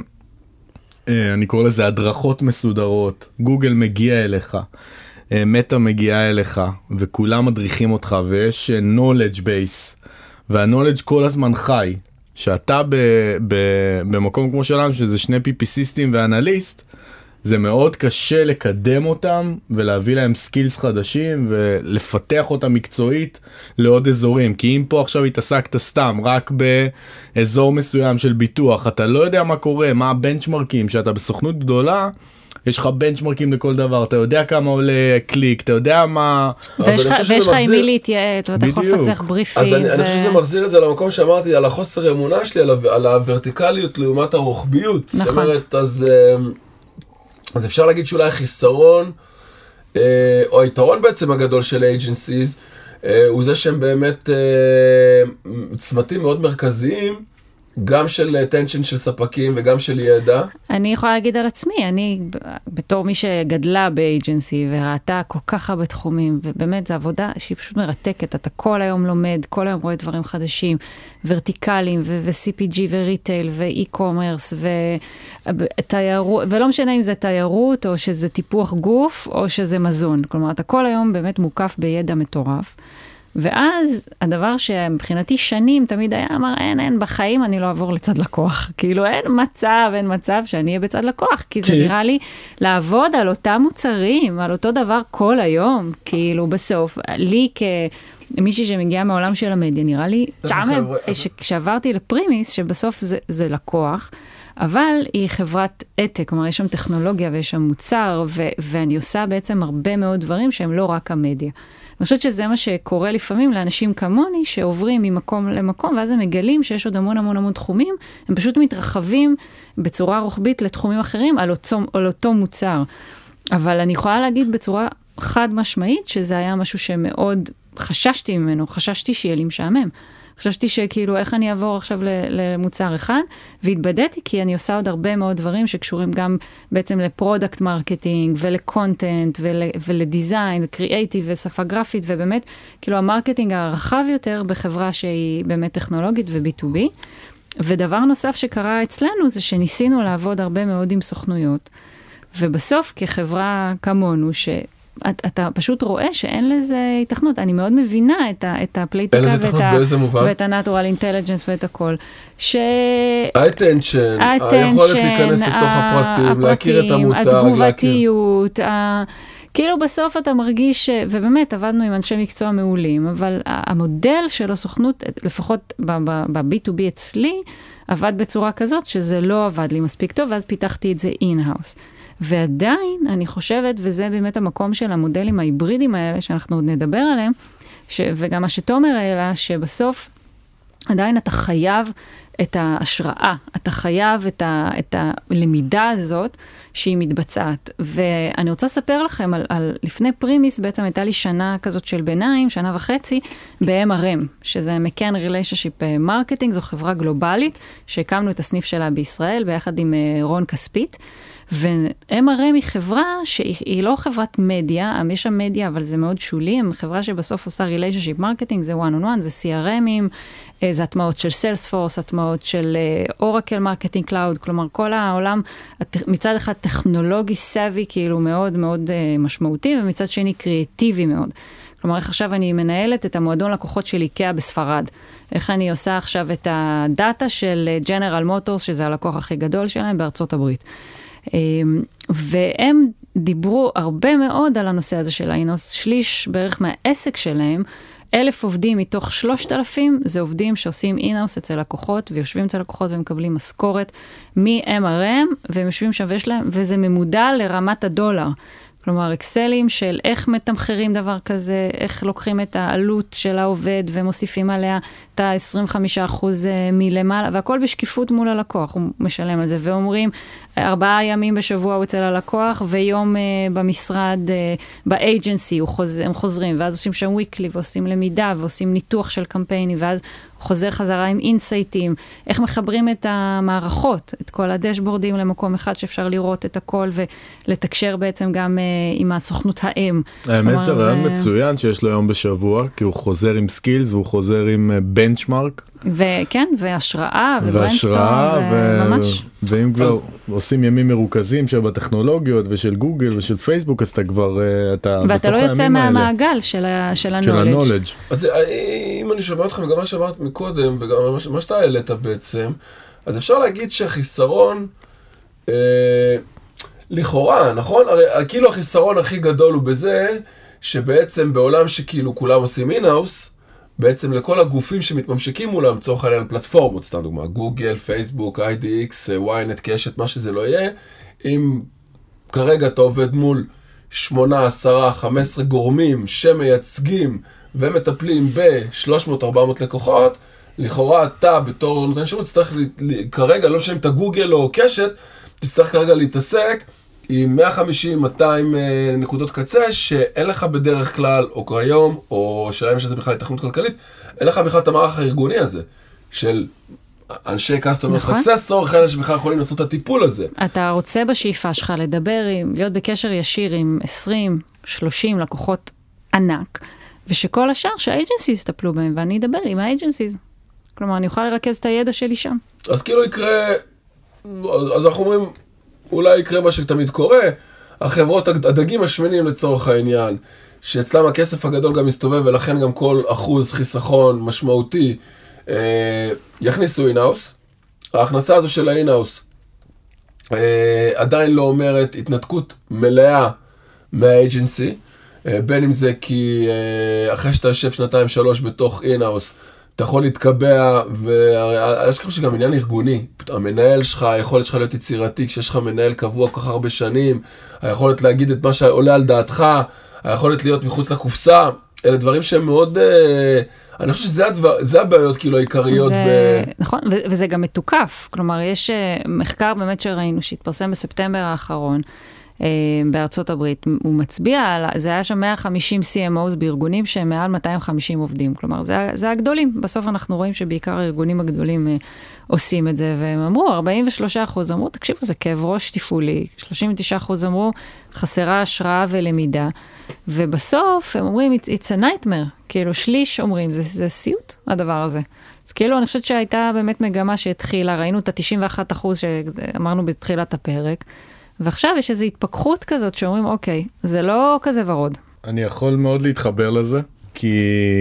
אה, אני קורא לזה הדרכות מסודרות, גוגל מגיע אליך, אה, מטה מגיעה אליך, וכולם מדריכים אותך, ויש אה, knowledge base, וה-knowledge כל הזמן חי. שאתה ב, ב, במקום כמו שלנו, שזה שני פיפיסיסטים ואנליסט, זה מאוד קשה לקדם אותם ולהביא להם סקילס חדשים ולפתח אותם מקצועית לעוד אזורים. כי אם פה עכשיו התעסקת סתם רק באזור מסוים של ביטוח, אתה לא יודע מה קורה, מה הבנצ'מרקים, שאתה בסוכנות גדולה, יש לך בנצ'מרקים לכל דבר, אתה יודע כמה עולה קליק, אתה יודע מה... ויש לך עם מי להתייעץ, ואתה יכול לפצח בריפים. אז אני חושב שזה מחזיר את זה למקום שאמרתי, על החוסר אמונה שלי, על הוורטיקליות לעומת הרוחביות. זאת אומרת, אז אפשר להגיד שאולי החיסרון, או היתרון בעצם הגדול של אייג'נסיז, הוא זה שהם באמת צמתים מאוד מרכזיים, גם של attention של ספקים וגם של ידע. אני יכולה להגיד על עצמי, אני בתור מי שגדלה באייג'נסי וראתה כל כך הרבה תחומים, ובאמת זו עבודה שהיא פשוט מרתקת, אתה כל היום לומד, כל היום רואה דברים חדשים, ורטיקליים ו-סי פי ג'י וריטייל ואי-קומרס ותיירות, ולא משנה אם זה תיירות או שזה טיפוח גוף או שזה מזון, כלומר אתה כל היום באמת מוקף בידע מטורף. ואז הדבר שמבחינתי שנים תמיד היה אמר, אין, אין, בחיים אני לא אעבור לצד לקוח. כאילו אין מצב, אין מצב שאני אהיה בצד לקוח, כי זה נראה לי לעבוד על אותם מוצרים, על אותו דבר כל היום, כאילו בסוף, לי כמישהי שמגיעה מהעולם של המדיה, נראה לי, כשעברתי לפרימיס, שבסוף זה, זה לקוח, אבל היא חברת עתק, כלומר יש שם טכנולוגיה ויש שם מוצר, ו- ואני עושה בעצם הרבה מאוד דברים שהם לא רק המדיה. אני חושבת שזה מה שקורה לפעמים לאנשים כמוני, שעוברים ממקום למקום, ואז הם מגלים שיש עוד המון המון המון תחומים, הם פשוט מתרחבים בצורה רוחבית לתחומים אחרים על אותו, על אותו מוצר. אבל אני יכולה להגיד בצורה חד משמעית, שזה היה משהו שמאוד חששתי ממנו, חששתי שיהיה לי משעמם. חשבתי שכאילו איך אני אעבור עכשיו למוצר אחד, והתבדיתי כי אני עושה עוד הרבה מאוד דברים שקשורים גם בעצם לפרודקט מרקטינג ולקונטנט ולדיזיין וקריאייטיב ושפה גרפית, ובאמת כאילו המרקטינג הרחב יותר בחברה שהיא באמת טכנולוגית ו-בי טו בי. ודבר נוסף שקרה אצלנו זה שניסינו לעבוד הרבה מאוד עם סוכנויות, ובסוף כחברה כמונו ש... אתה פשוט רואה שאין לזה התכנות. אני מאוד מבינה את הפוליטיקה ואת ה-Natural Intelligence ואת הכל. ה-attention, היכולת להיכנס לתוך הפרטים, להכיר את המותג, התגובתיות, כאילו בסוף אתה מרגיש, ובאמת עבדנו עם אנשי מקצוע מעולים, אבל המודל של הסוכנות, לפחות ב-בי טו בי אצלי, עבד בצורה כזאת שזה לא עבד לי מספיק טוב, ואז פיתחתי את זה אין-האוס. ועדיין אני חושבת, וזה באמת המקום של המודלים ההיברידיים האלה, שאנחנו עוד נדבר עליהם, ש, וגם מה שתומר העלה, שבסוף עדיין אתה חייב את ההשראה, אתה חייב את, ה, את הלמידה הזאת שהיא מתבצעת. ואני רוצה לספר לכם על, על לפני פרימיס, בעצם הייתה לי שנה כזאת של ביניים, שנה וחצי, ב-אם אר אם, שזה McCann Relationship Marketing, זו חברה גלובלית, שהקמנו את הסניף שלה בישראל, ביחד עם רון כספית. ו-אם אר אם היא חברה שהיא לא חברת מדיה, יש שם מדיה, אבל זה מאוד שולי, הם חברה שבסוף עושה Relationship Marketing, זה one on one, זה סי אר אמ'ים, זה הטמעות של Salesforce, הטמעות של Oracle Marketing Cloud, כלומר כל העולם מצד אחד טכנולוגי סאבי, כאילו מאוד מאוד משמעותי, ומצד שני קריאטיבי מאוד. כלומר, איך עכשיו אני מנהלת את המועדון לקוחות של איקאה בספרד. איך אני עושה עכשיו את הדאטה של General Motors, שזה הלקוח הכי גדול שלהם בארצות הברית. והם דיברו הרבה מאוד על הנושא הזה של האינוס, שליש בערך מהעסק שלהם, אלף עובדים מתוך שלושת אלפים, זה עובדים שעושים אינאוס אצל לקוחות, ויושבים אצל לקוחות ומקבלים משכורת מ-אם אר אם, והם יושבים שם ויש להם, וזה ממודע לרמת הדולר. כלומר, אקסלים של איך מתמחרים דבר כזה, איך לוקחים את העלות של העובד ומוסיפים עליה את ה-עשרים וחמישה אחוז מלמעלה, והכל בשקיפות מול הלקוח, הוא משלם על זה, ואומרים, ארבעה ימים בשבוע הוא אצל הלקוח, ויום uh, במשרד, uh, באג'נסי, חוז... הם חוזרים, ואז עושים שם וויקלי, ועושים למידה, ועושים ניתוח של קמפיינים, ואז חוזר חזרה עם אינסייטים, איך מחברים את המערכות, את כל הדשבורדים למקום אחד שאפשר לראות את הכל, ולתקשר בעצם גם uh, עם הסוכנות האם. האמת זה רעיון מצוין שיש לו יום בשבוע, כי הוא חוזר עם סקילס, והוא חוזר עם בנצ'מרק. וכן, והשראה, ובריינסטורם, וממש. ואם כבר עושים ימים מרוכזים של בטכנולוגיות, ושל גוגל, ושל פייסבוק, אז אתה כבר, אתה ואתה לא יוצא מהמעגל של ה-knowledge. אז אם אני שומע אותך, וגם מה שאמרת מקודם, וגם מה שאתה העלית בעצם, אז אפשר להגיד שהחיסרון, לכאורה, נכון? הרי כאילו החיסרון הכי גדול הוא בזה, שבעצם בעולם שכאילו כולם עושים אין-האוס, בעצם לכל הגופים שמתממשקים מולם, צורך עליהם פלטפורמות, סתם דוגמה, גוגל, פייסבוק, איי די אקס, וויינט, קשת, מה שזה לא יהיה, אם כרגע אתה עובד מול שמונה, עשרה, חמש עשרה גורמים שמייצגים ומטפלים ב-שלוש מאות ארבע מאות לקוחות, לכאורה אתה בתור נותן שירות, תצטרך כרגע, לא משנה אם אתה גוגל או קשת, תצטרך כרגע להתעסק עם מאה חמישים מאתיים נקודות קצה, שאין לך בדרך כלל, או כיום, או שלהם שזה בכלל התכנות כלכלית, אין לך בכלל את המערך הארגוני הזה, של אנשי customer success, צורך אלה שבכלל יכולים לעשות את הטיפול הזה. אתה רוצה בשאיפה שלך לדבר, עם, להיות בקשר ישיר עם עשרים שלושים לקוחות ענק, ושכל השאר שהאג'נסיז יסתפלו בהם, ואני אדבר עם האג'נסיז. כלומר, אני אוכל לרכז את הידע שלי שם. אז כאילו יקרה, אז אנחנו אומרים, אולי יקרה מה שתמיד קורה, החברות, הדגים השמנים לצורך העניין, שאצלם הכסף הגדול גם מסתובב, ולכן גם כל אחוז חיסכון משמעותי אה, יכניסו אין-האוס. ההכנסה הזו של האין-האוס אה, עדיין לא אומרת התנתקות מלאה מהאג'נסי, אה, בין אם זה כי אה, אחרי שאתה יושב שנתיים שלוש בתוך אין-האוס, אתה יכול להתקבע, ויש ככה שגם עניין ארגוני, המנהל שלך, היכולת שלך להיות יצירתי, כשיש לך מנהל קבוע כל כך הרבה שנים, היכולת להגיד את מה שעולה על דעתך, היכולת להיות מחוץ לקופסה, אלה דברים שהם מאוד, אני חושב שזה הדבר, זה הבעיות כאילו העיקריות. זה, ב... נכון, ו- וזה גם מתוקף, כלומר יש מחקר באמת שראינו שהתפרסם בספטמבר האחרון, בארצות הברית, הוא מצביע על, זה היה שם מאה וחמישים סי אם או'ס בארגונים שהם מעל מאתיים וחמישים עובדים, כלומר זה, זה הגדולים, בסוף אנחנו רואים שבעיקר הארגונים הגדולים עושים את זה, והם אמרו, ארבעים ושלושה אחוז אמרו, תקשיבו, זה כאב ראש תפעולי, שלושים ותשעה אחוז אמרו, חסרה השראה ולמידה, ובסוף הם אומרים, it's a nightmare, כאילו שליש אומרים, זה, זה סיוט הדבר הזה. אז כאילו אני חושבת שהייתה באמת מגמה שהתחילה, ראינו את ה-תשעים ואחד אחוז שאמרנו בתחילת הפרק, ועכשיו יש איזו התפכחות כזאת שאומרים, אוקיי, זה לא כזה ורוד. אני יכול מאוד להתחבר לזה, כי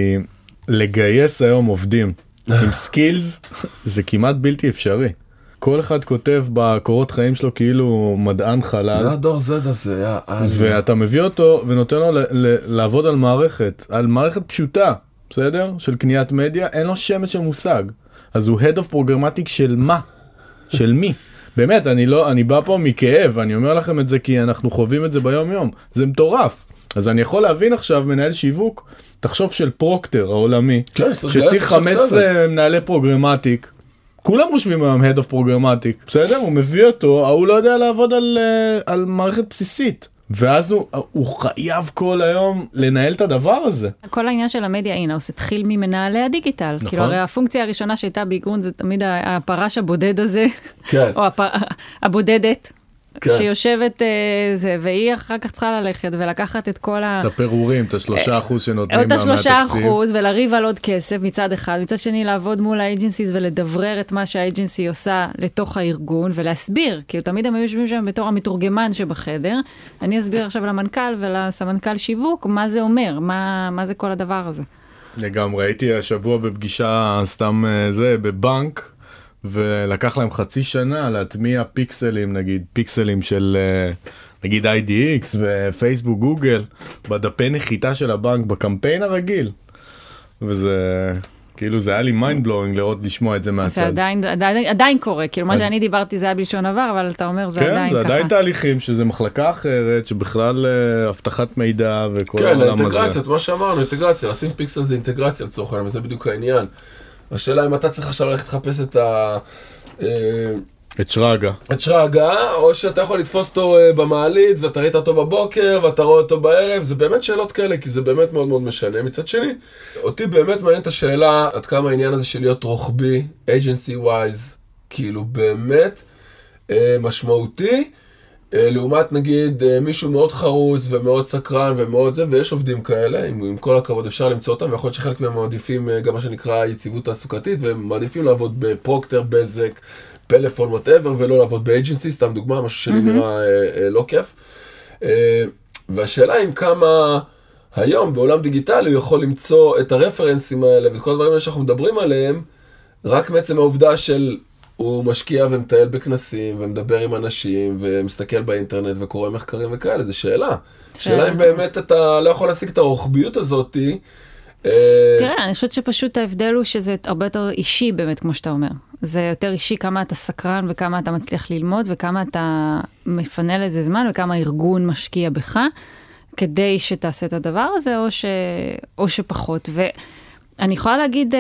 לגייס היום עובדים עם סקילס זה כמעט בלתי אפשרי. כל אחד כותב בקורות חיים שלו כאילו מדען חלל. זה הדור זד הזה. ואתה מביא אותו ונותן לו לעבוד על מערכת, על מערכת פשוטה, בסדר? של קניית מדיה, אין לו שמץ של מושג. אז הוא Head of Programmatic של מה? של מי? באמת, אני לא, אני בא פה מכאב, אני אומר לכם את זה כי אנחנו חווים את זה ביום יום. זה מטורף. אז אני יכול להבין עכשיו מנהל שיווק, תחשוב של פרוקטר העולמי, כן, שצריך חמש עשרה מנהלי פרוגרמטיק, כולם רושמים היום Head of Programmatic, בסדר? הוא מביא אותו, הוא לא יודע לעבוד על, על מערכת בסיסית. ואז הוא, הוא חייב כל היום לנהל את הדבר הזה. כל העניין של המדיה אינהאוס התחיל ממנהלי הדיגיטל. נכון. כאילו הרי הפונקציה הראשונה שהייתה בארגון זה תמיד הפרש הבודד הזה, כן. או הפ... הבודדת. כן. שיושבת זה, והיא אחר כך צריכה ללכת ולקחת את כל ה... את הפירורים, את השלושה אחוז שנותנים מהתקציב. את השלושה מהתקציב. אחוז, ולריב על עוד כסף מצד אחד, מצד שני לעבוד מול האג'נסיז ולדברר את מה שהאג'נסי עושה לתוך הארגון, ולהסביר, כאילו תמיד הם יושבים שם בתור המתורגמן שבחדר, אני אסביר עכשיו למנכ"ל ולסמנכ"ל שיווק, מה זה אומר, מה, מה זה כל הדבר הזה. לגמרי, הייתי השבוע בפגישה סתם זה, בבנק, ולקח להם חצי שנה להטמיע פיקסלים, נגיד פיקסלים של נגיד איי די אקס ופייסבוק גוגל בדפי נחיתה של הבנק בקמפיין הרגיל, וזה כאילו זה היה לי mind blowing לראות לשמוע את זה מהצד. זה עדיין, עדיין, עדיין קורה, כאילו מה שאני דיברתי זה היה בלשון עבר, אבל אתה אומר זה עדיין ככה. כן, זה עדיין תהליכים שזה מחלקה אחרת שבכלל הבטחת מידע וכל כן, העולם הזה. כן, אינטגרציות, מה שאמרנו, אינטגרציה, לשים פיקסל זה אינטגרציה לצורך העניין, וזה בדיוק העניין. השאלה אם אתה צריך עכשיו ללכת לחפש את ה... את שרגה. את שרגה, או שאתה יכול לתפוס אותו במעלית, ואתה ראית אותו בבוקר, ואתה רואה אותו בערב, זה באמת שאלות כאלה, כי זה באמת מאוד מאוד משנה. מצד שני, אותי באמת מעניין את השאלה, עד כמה העניין הזה של להיות רוחבי, agency wise, כאילו באמת משמעותי, לעומת נגיד מישהו מאוד חרוץ ומאוד סקרן ומאוד זה, ויש עובדים כאלה, עם, עם כל הכבוד אפשר למצוא אותם, ויכול להיות שחלק מהם מעדיפים גם מה שנקרא יציבות תעסוקתית, והם מעדיפים לעבוד בפרוקטר, בזק, פלאפון, whatever, ולא לעבוד באג'נסי, סתם דוגמה, משהו שלי mm-hmm. נראה אה, אה, לא כיף. אה, והשאלה אם כמה היום בעולם דיגיטלי הוא יכול למצוא את הרפרנסים האלה, ואת כל הדברים האלה שאנחנו מדברים עליהם, רק מעצם העובדה של הוא משקיע ומטייל בכנסים, ומדבר עם אנשים, ומסתכל באינטרנט, וקורא מחקרים וכאלה, זו שאלה. שאלה אם באמת אתה לא יכול להשיג את הרוחביות הזאת. תראה, אני חושבת שפשוט ההבדל הוא שזה הרבה יותר אישי באמת, כמו שאתה אומר. זה יותר אישי כמה אתה סקרן, וכמה אתה מצליח ללמוד, וכמה אתה מפנה לזה זמן, וכמה הארגון משקיע בך, כדי שתעשה את הדבר הזה, או, ש... או שפחות. ואני יכולה להגיד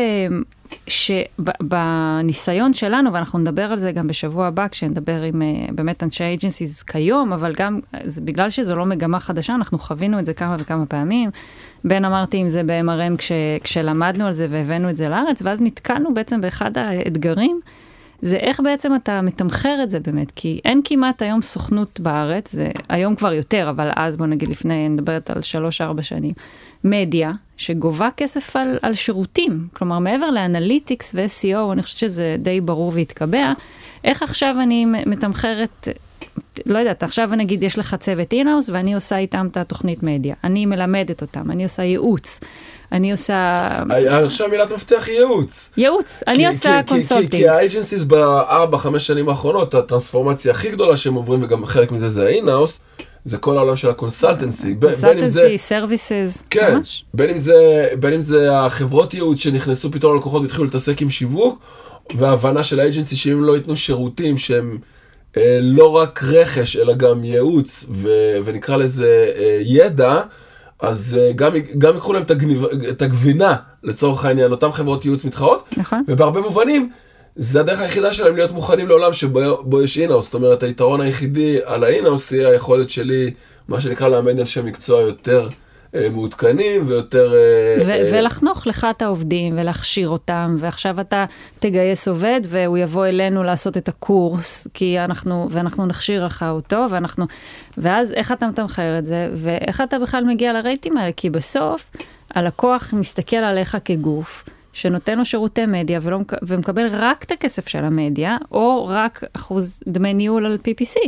שבניסיון שלנו, ואנחנו נדבר על זה גם בשבוע הבא, כשנדבר עם באמת אנשי אייג'נסיז כיום, אבל גם בגלל שזו לא מגמה חדשה, אנחנו חווינו את זה כמה וכמה פעמים. בין אמרתי אם זה ב-אם אר אם כש, כשלמדנו על זה והבאנו את זה לארץ, ואז נתקלנו בעצם באחד האתגרים, זה איך בעצם אתה מתמחר את זה באמת, כי אין כמעט היום סוכנות בארץ, זה היום כבר יותר, אבל אז בוא נגיד לפני, נדברת על שלוש ארבע שנים, מדיה שגובה כסף על, על שירותים, כלומר מעבר לאנליטיקס ו-אס אי או, אני חושבת שזה די ברור והתקבע, איך עכשיו אני מתמחרת, לא יודעת, עכשיו נגיד יש לך צוות אינהאוס, ואני עושה איתם את התוכנית מדיה. אני מלמדת אותם, אני עושה ייעוץ. אני עושה... עכשיו מילת מפתח ייעוץ. ייעוץ, אני עושה קונסולטינג. כי האג'נסיס בארבע, חמש שנים האחרונות, הטרנספורמציה הכי גדולה שהם עוברים, וגם חלק מזה זה האינהאוס, זה כל העולם של הקונסלטנסי. קונסלטנסי, סרוויסס, כן, בין אם זה החברות ייעוץ שנכנסו פתאום ללקוחות והתחילו להתעסק עם שיווק, וההבנה של האג'נסי שאם לא ייתנו שירותים שהם לא רק רכש, אלא גם ייעוץ, ו- ונקרא לזה ידע, אז גם, גם יקחו להם את הגבינה, לצורך העניין, אותם חברות ייעוץ מתחרות, נכון. ובהרבה מובנים, זה הדרך היחידה שלהם להיות מוכנים לעולם שבו יש אינהאוס, זאת אומרת, היתרון היחידי על האינהאוס היא היכולת שלי, מה שנקרא לאמן אנשי מקצוע יותר מעודכנים ויותר... ו- ולחנוך לך את העובדים ולהכשיר אותם, ועכשיו אתה תגייס עובד והוא יבוא אלינו לעשות את הקורס, כי אנחנו, ואנחנו נכשיר לך אותו, ואנחנו, ואז איך אתה מתמחר את זה, ואיך אתה בכלל מגיע לרייטים האלה, כי בסוף הלקוח מסתכל עליך כגוף, שנותן לו שירותי מדיה ולא, ומקבל רק את הכסף של המדיה, או רק אחוז דמי ניהול על פי פי סי.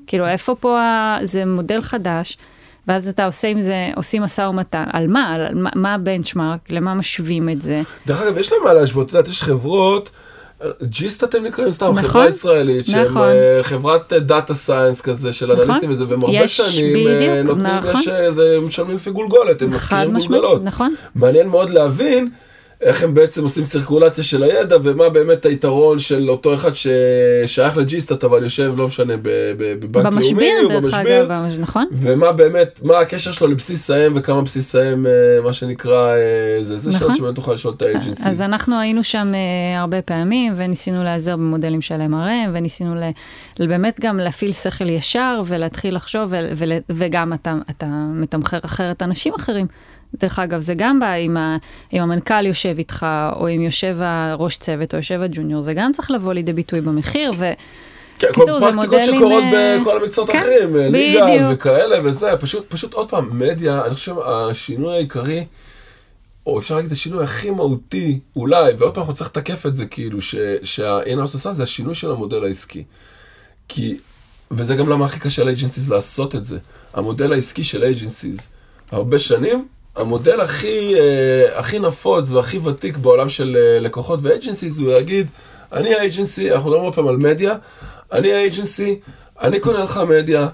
כאילו, איפה פה, ה... זה מודל חדש, ואז אתה עושה עם זה, עושים מסע ומתן. על מה? על מה, מה הבנצ'מרק? למה משווים את זה? דרך אגב, יש להם מה להשוות, את יודעת, יש חברות, ג'יסט אתם נקראים סתם, נכון, חברה ישראלית, נכון. שהם חברת דאטה סיינס כזה, של נכון. אנליסטים וזה, והם הרבה שנים בדיוק, נותנים, נכון. יש, זה משלמים לפי גולגולת, הם מזכירים גולגולות. נכון. מעניין מאוד להבין, איך הם בעצם עושים סירקולציה של הידע, ומה באמת היתרון של אותו אחד ששייך לג'יסטאט, אבל יושב, לא משנה, בבנק לאומי, או במשביר, נכון. ומה באמת, מה הקשר שלו לבסיס האם, וכמה בסיס האם, מה שנקרא, זה, זה שאלות שבאמת תוכל לשאול את האג'נסי. אז אנחנו היינו שם הרבה פעמים, וניסינו להיעזר במודלים של אם אר אם, וניסינו באמת גם להפעיל שכל ישר, ולהתחיל לחשוב, וגם אתה מתמחר אחרת אנשים אחרים. דרך אגב, זה גם בא, אם, ה, אם המנכ"ל יושב איתך, או אם יושב הראש צוות, או יושב הג'וניור, זה גם צריך לבוא לידי ביטוי במחיר, ו... כן, כל פרקטיקות שקורות בכל המקצועות כן, אחרים, ליגה וכאלה וזה, פשוט, פשוט עוד פעם, מדיה, אני חושב, השינוי העיקרי, או אפשר להגיד, השינוי הכי מהותי, אולי, ועוד פעם אנחנו צריך לתקף את זה, כאילו, שהאינהאוס עשה, זה השינוי של המודל העסקי. כי, וזה גם למה הכי קשה לאג'נסיז לעשות את זה. המודל העסקי של אג'נסיז, הרבה שנים, המודל הכי, הכי נפוץ והכי ותיק בעולם של לקוחות ואג'נסיז, הוא יגיד, אני האג'נסי, אנחנו מדברים פעם על מדיה, אני האג'נסי, אני קונה לך מדיה,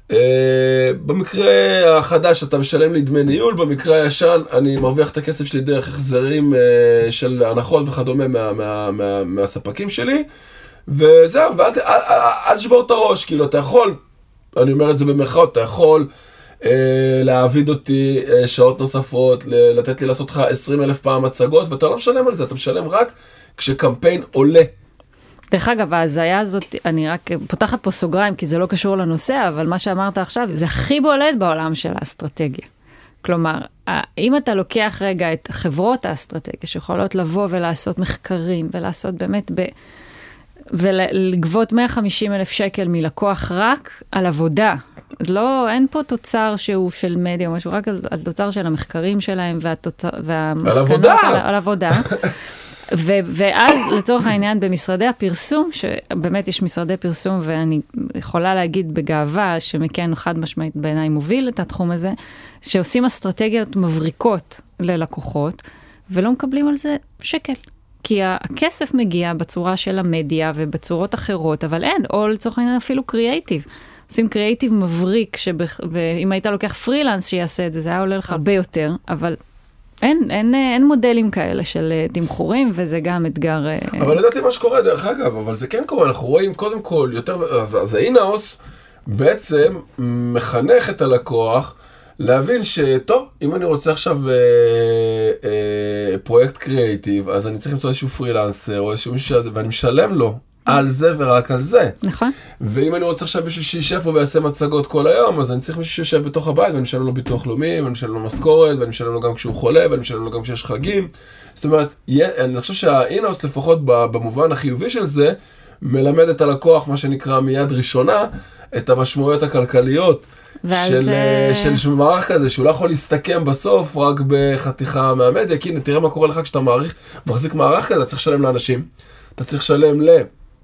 במקרה החדש אתה משלם לי דמי ניהול, במקרה הישן אני מרוויח את הכסף שלי דרך החזרים של הנחות וכדומה מה, מה, מה, מהספקים שלי, וזהו, ואל אל, אל תשבור את הראש, כאילו אתה יכול, אני אומר את זה במרכאות, אתה יכול, להעביד אותי שעות נוספות, לתת לי לעשות לך עשרים אלף פעם הצגות, ואתה לא משלם על זה, אתה משלם רק כשקמפיין עולה. דרך אגב, ההזיה הזאת, אני רק פותחת פה סוגריים, כי זה לא קשור לנושא, אבל מה שאמרת עכשיו, זה הכי בולט בעולם של האסטרטגיה. כלומר, אם אתה לוקח רגע את חברות האסטרטגיה, שיכולות לבוא ולעשות מחקרים, ולעשות באמת ב... ולגבות מאה וחמישים אלף שקל מלקוח רק על עבודה. לא, אין פה תוצר שהוא של מדיה או משהו, רק על, על תוצר של המחקרים שלהם והתוצר, והמסקנות. על עבודה. על, על עבודה. ו, ואז לצורך העניין במשרדי הפרסום, שבאמת יש משרדי פרסום, ואני יכולה להגיד בגאווה, שמכן חד משמעית בעיניי מוביל את התחום הזה, שעושים אסטרטגיות מבריקות ללקוחות, ולא מקבלים על זה שקל. כי הכסף מגיע בצורה של המדיה ובצורות אחרות, אבל אין, או לצורך העניין אפילו קריאייטיב. עושים קריאייטיב מבריק, שאם היית לוקח פרילנס שיעשה את זה, זה היה עולה לך הרבה יותר, אבל אין, אין, אין מודלים כאלה של תמחורים, וזה גם אתגר... אבל לדעתי מה שקורה דרך אגב, אבל זה כן קורה, אנחנו רואים קודם כל יותר, אז, אז האינהאוס בעצם מחנך את הלקוח, להבין שטוב, אם אני רוצה עכשיו אה, אה, פרויקט קריאייטיב, אז אני צריך למצוא איזשהו פרילנסר, או איזשהו מישהו שזה, ואני משלם לו על זה ורק על זה. נכון. ואם אני רוצה עכשיו מישהו שישב פה ויעשה מצגות כל היום, אז אני צריך מישהו שישב בתוך הבית, ואני משלם לו ביטוח לאומי, ואני משלם לו משכורת, ואני משלם לו גם כשהוא חולה, ואני משלם לו גם כשיש חגים. זאת אומרת, אני חושב שהאינהאוס, לפחות במובן החיובי של זה, מלמד את הלקוח, מה שנקרא מיד ראשונה, את המשמעויות הכלכליות, של, של, של מערך כזה, שהוא לא יכול להסתכם בסוף רק בחתיכה מהמדיה, כי הנה, תראה מה קורה לך כשאתה מעריך, מחזיק מערך כזה, אתה צריך לשלם לאנשים, אתה צריך לשלם ל,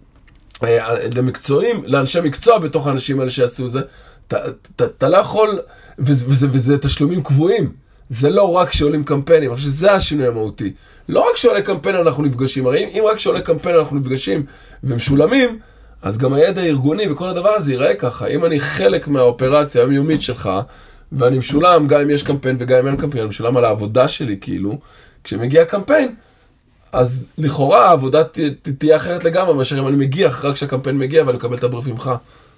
למקצועים, לאנשי מקצוע בתוך האנשים האלה שיעשו זה, אתה, אתה, אתה לא יכול, וזה, וזה, וזה תשלומים קבועים, זה לא רק שעולים קמפיינים, אני חושב שזה השינוי המהותי, לא רק שעולה קמפיין אנחנו נפגשים, הרי אם, אם רק שעולה קמפיין אנחנו נפגשים ומשולמים, אז גם הידע הארגוני וכל הדבר הזה ייראה ככה. אם אני חלק מהאופרציה היומיומית שלך, ואני משולם, גם אם יש קמפיין וגם אם אין קמפיין, אני משולם על העבודה שלי, כאילו, כשמגיע קמפיין, אז לכאורה העבודה ת, ת, תהיה אחרת לגמרי, מאשר אם אני מגיע, רק כשהקמפיין מגיע ואני מקבל את הבריף ממך.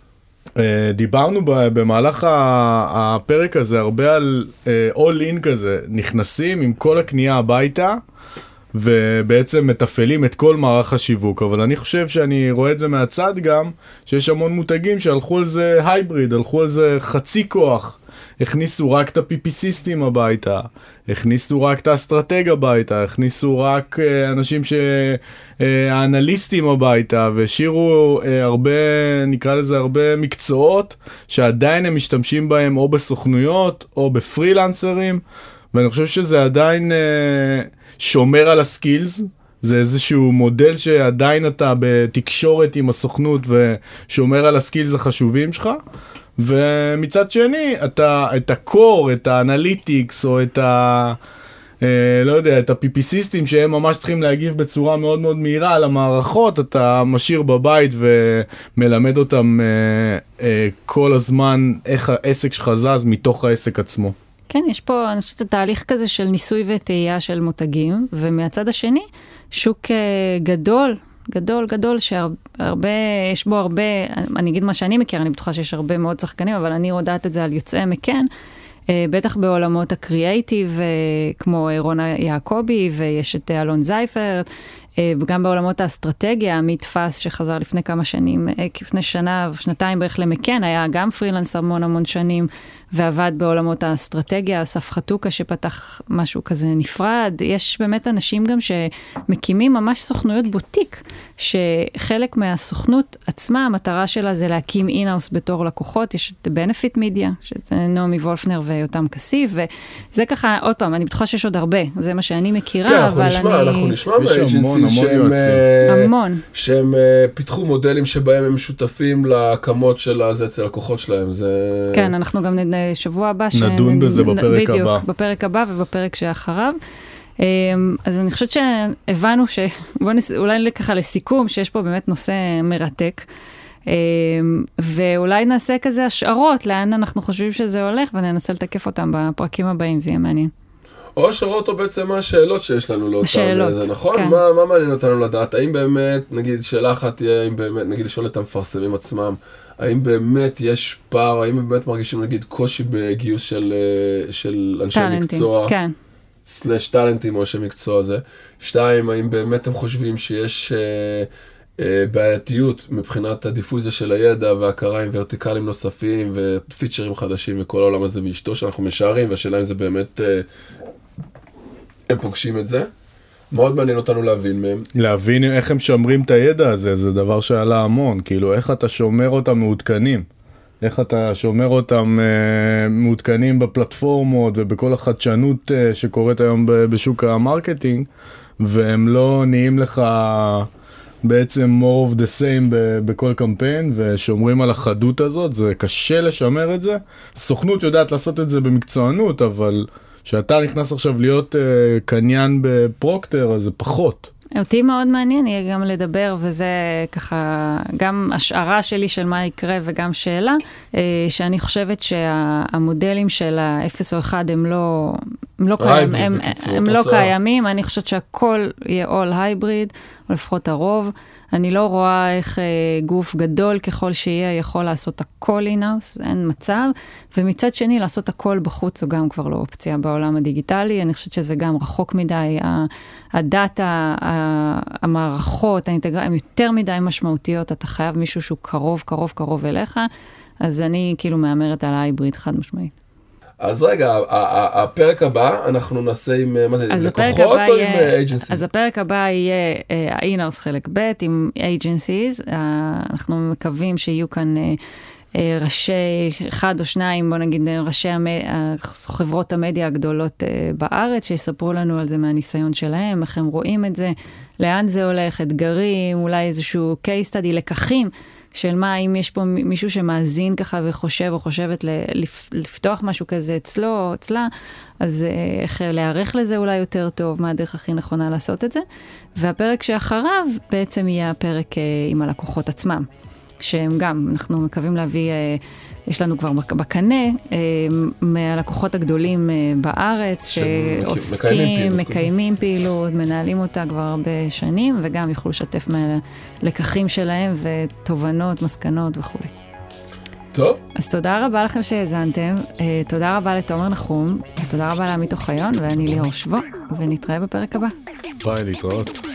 דיברנו במהלך הפרק הזה הרבה על all in כזה, נכנסים עם כל הקנייה הביתה, ובעצם מתפעלים את כל מערך השיווק, אבל אני חושב שאני רואה את זה מהצד גם, שיש המון מותגים שהלכו על זה הייבריד, הלכו על זה חצי כוח, הכניסו רק את הפיפיסיסטים הביתה, הכניסו רק את האסטרטג הביתה, הכניסו רק אנשים שהאנליסטים הביתה, והשאירו הרבה, נקרא לזה הרבה מקצועות, שעדיין הם משתמשים בהם או בסוכנויות או בפרילנסרים, ואני חושב שזה עדיין שומר על הסקילס, זה איזשהו מודל שעדיין אתה בתקשורת עם הסוכנות ושומר על הסקילס החשובים שלך, ומצד שני, אתה, את הקור, את האנליטיקס או את ה... לא יודע, את הפיפיסיסטים שהם ממש צריכים להגיב בצורה מאוד מאוד מהירה על המערכות, אתה משאיר בבית ומלמד אותם כל הזמן איך העסק שלך זז מתוך העסק עצמו. כן, יש פה, אני חושבת, תהליך כזה של ניסוי וטעייה של מותגים, ומהצד השני, שוק גדול, גדול, גדול, שהרבה, יש בו הרבה, אני אגיד מה שאני מכיר, אני בטוחה שיש הרבה מאוד שחקנים, אבל אני יודעת את זה על יוצאי מכן, בטח בעולמות הקריאייטיב, כמו רונה יעקובי, ויש את אלון זייפרט, וגם בעולמות האסטרטגיה, עמית פס שחזר לפני כמה שנים, לפני שנה ושנתיים בערך למכן, היה גם פרילנס המון המון שנים, ועבד בעולמות האסטרטגיה, אסף חתוקה שפתח משהו כזה נפרד. יש באמת אנשים גם שמקימים ממש סוכנויות בוטיק, שחלק מהסוכנות עצמה, המטרה שלה זה להקים אינהאוס בתור לקוחות. יש את בנפיט מידיה, שזה נעמי וולפנר ויותם כסיף, וזה ככה, עוד פעם, אני בטוחה שיש עוד הרבה, זה מה שאני מכירה, כן, אבל נשמע, אני... אנחנו נשמע באג'נסי שהם, המון. שהם פיתחו מודלים שבהם הם שותפים להקמות של הזה אצל לקוחות שלהם. זה... כן, אנחנו גם נדע שבוע הבא, נדון בזה בפרק בדיוק, הבא. בפרק הבא ובפרק שאחריו. אז אני חושבת שהבנו ש... בוא נס... אולי ככה לסיכום, שיש פה באמת נושא מרתק, ואולי נעשה כזה השערות, לאן אנחנו חושבים שזה הולך, וננסה לתקף אותם בפרקים הבאים, זה יהיה מעניין. או השערות או בעצם מה השאלות שיש לנו לאותם. השאלות, זה נכון? כן. מה, מה מעניין אותנו לדעת? האם באמת, נגיד, שאלה אחת תהיה, האם באמת, נגיד, לשאול את המפרסמים עצמם, האם באמת יש פער, האם באמת מרגישים, נגיד, קושי בגיוס של, של אנשי טלנטים, מקצוע, כן. סלש טלנטים או אנשי מקצוע הזה. שתיים, האם באמת הם חושבים שיש אה, אה, בעייתיות מבחינת הדיפוזיה של הידע והכרה עם ורטיקלים נוספים ופיצ'רים חדשים וכל העולם הזה ואשתו שאנחנו משערים, והשאלה אם זה באמת, אה, הם פוגשים את זה. מאוד מעניין אותנו להבין מהם. להבין איך הם שומרים את הידע הזה, זה דבר שעלה המון, כאילו איך אתה שומר אותם מעודכנים, איך אתה שומר אותם אה, מעודכנים בפלטפורמות ובכל החדשנות אה, שקורית היום ב- בשוק המרקטינג, והם לא נהיים לך בעצם more of the same ב- בכל קמפיין, ושומרים על החדות הזאת, זה קשה לשמר את זה. סוכנות יודעת לעשות את זה במקצוענות, אבל... שאתה נכנס עכשיו להיות uh, קניין בפרוקטר, אז זה פחות. אותי מאוד מעניין יהיה גם לדבר, וזה ככה גם השערה שלי של מה יקרה וגם שאלה, שאני חושבת שהמודלים של ה-אפס או אחד הם לא, הם לא, קיים, הם, הם לא קיימים, אני חושבת שהכל יהיה all hybrid, או לפחות הרוב. אני לא רואה איך אה, גוף גדול ככל שיהיה יכול לעשות הכל אינאוס, אין מצב, ומצד שני לעשות הכל בחוץ זו גם כבר לא אופציה בעולם הדיגיטלי, אני חושבת שזה גם רחוק מדי, הדאטה, המערכות, האינטגרציה, הן יותר מדי משמעותיות, אתה חייב מישהו שהוא קרוב, קרוב, קרוב אליך, אז אני כאילו מאמרת על ההיבריד חד משמעית. אז רגע, הפרק הבא, אנחנו נעשה עם, מה זה, עם לקוחות או עם agencies? אז הפרק הבא יהיה ה-Inhouse חלק ב' עם agencies, אנחנו מקווים שיהיו כאן ראשי, אחד או שניים, בוא נגיד, ראשי חברות המדיה הגדולות בארץ, שיספרו לנו על זה מהניסיון שלהם, איך הם רואים את זה, לאן זה הולך, אתגרים, אולי איזשהו case study, לקחים, של מה, אם יש פה מישהו שמאזין ככה וחושב או חושבת לפתוח משהו כזה אצלו או אצלה, אז איך להיערך לזה אולי יותר טוב, מה הדרך הכי נכונה לעשות את זה. והפרק שאחריו בעצם יהיה הפרק עם הלקוחות עצמם, שהם גם, אנחנו מקווים להביא, יש לנו כבר בקנה, מהלקוחות הגדולים בארץ, שעוסקים, מקיימים פעילות, מנהלים אותה כבר הרבה שנים, וגם יוכלו לשתף מהלקחים שלהם, ותובנות, מסקנות וכו'. טוב. אז תודה רבה לכם שהאזנתם, תודה רבה לתומר נחום, תודה רבה לעמית אוחיון, ואני ליאור שבו, ונתראה בפרק הבא. ביי, להתראות.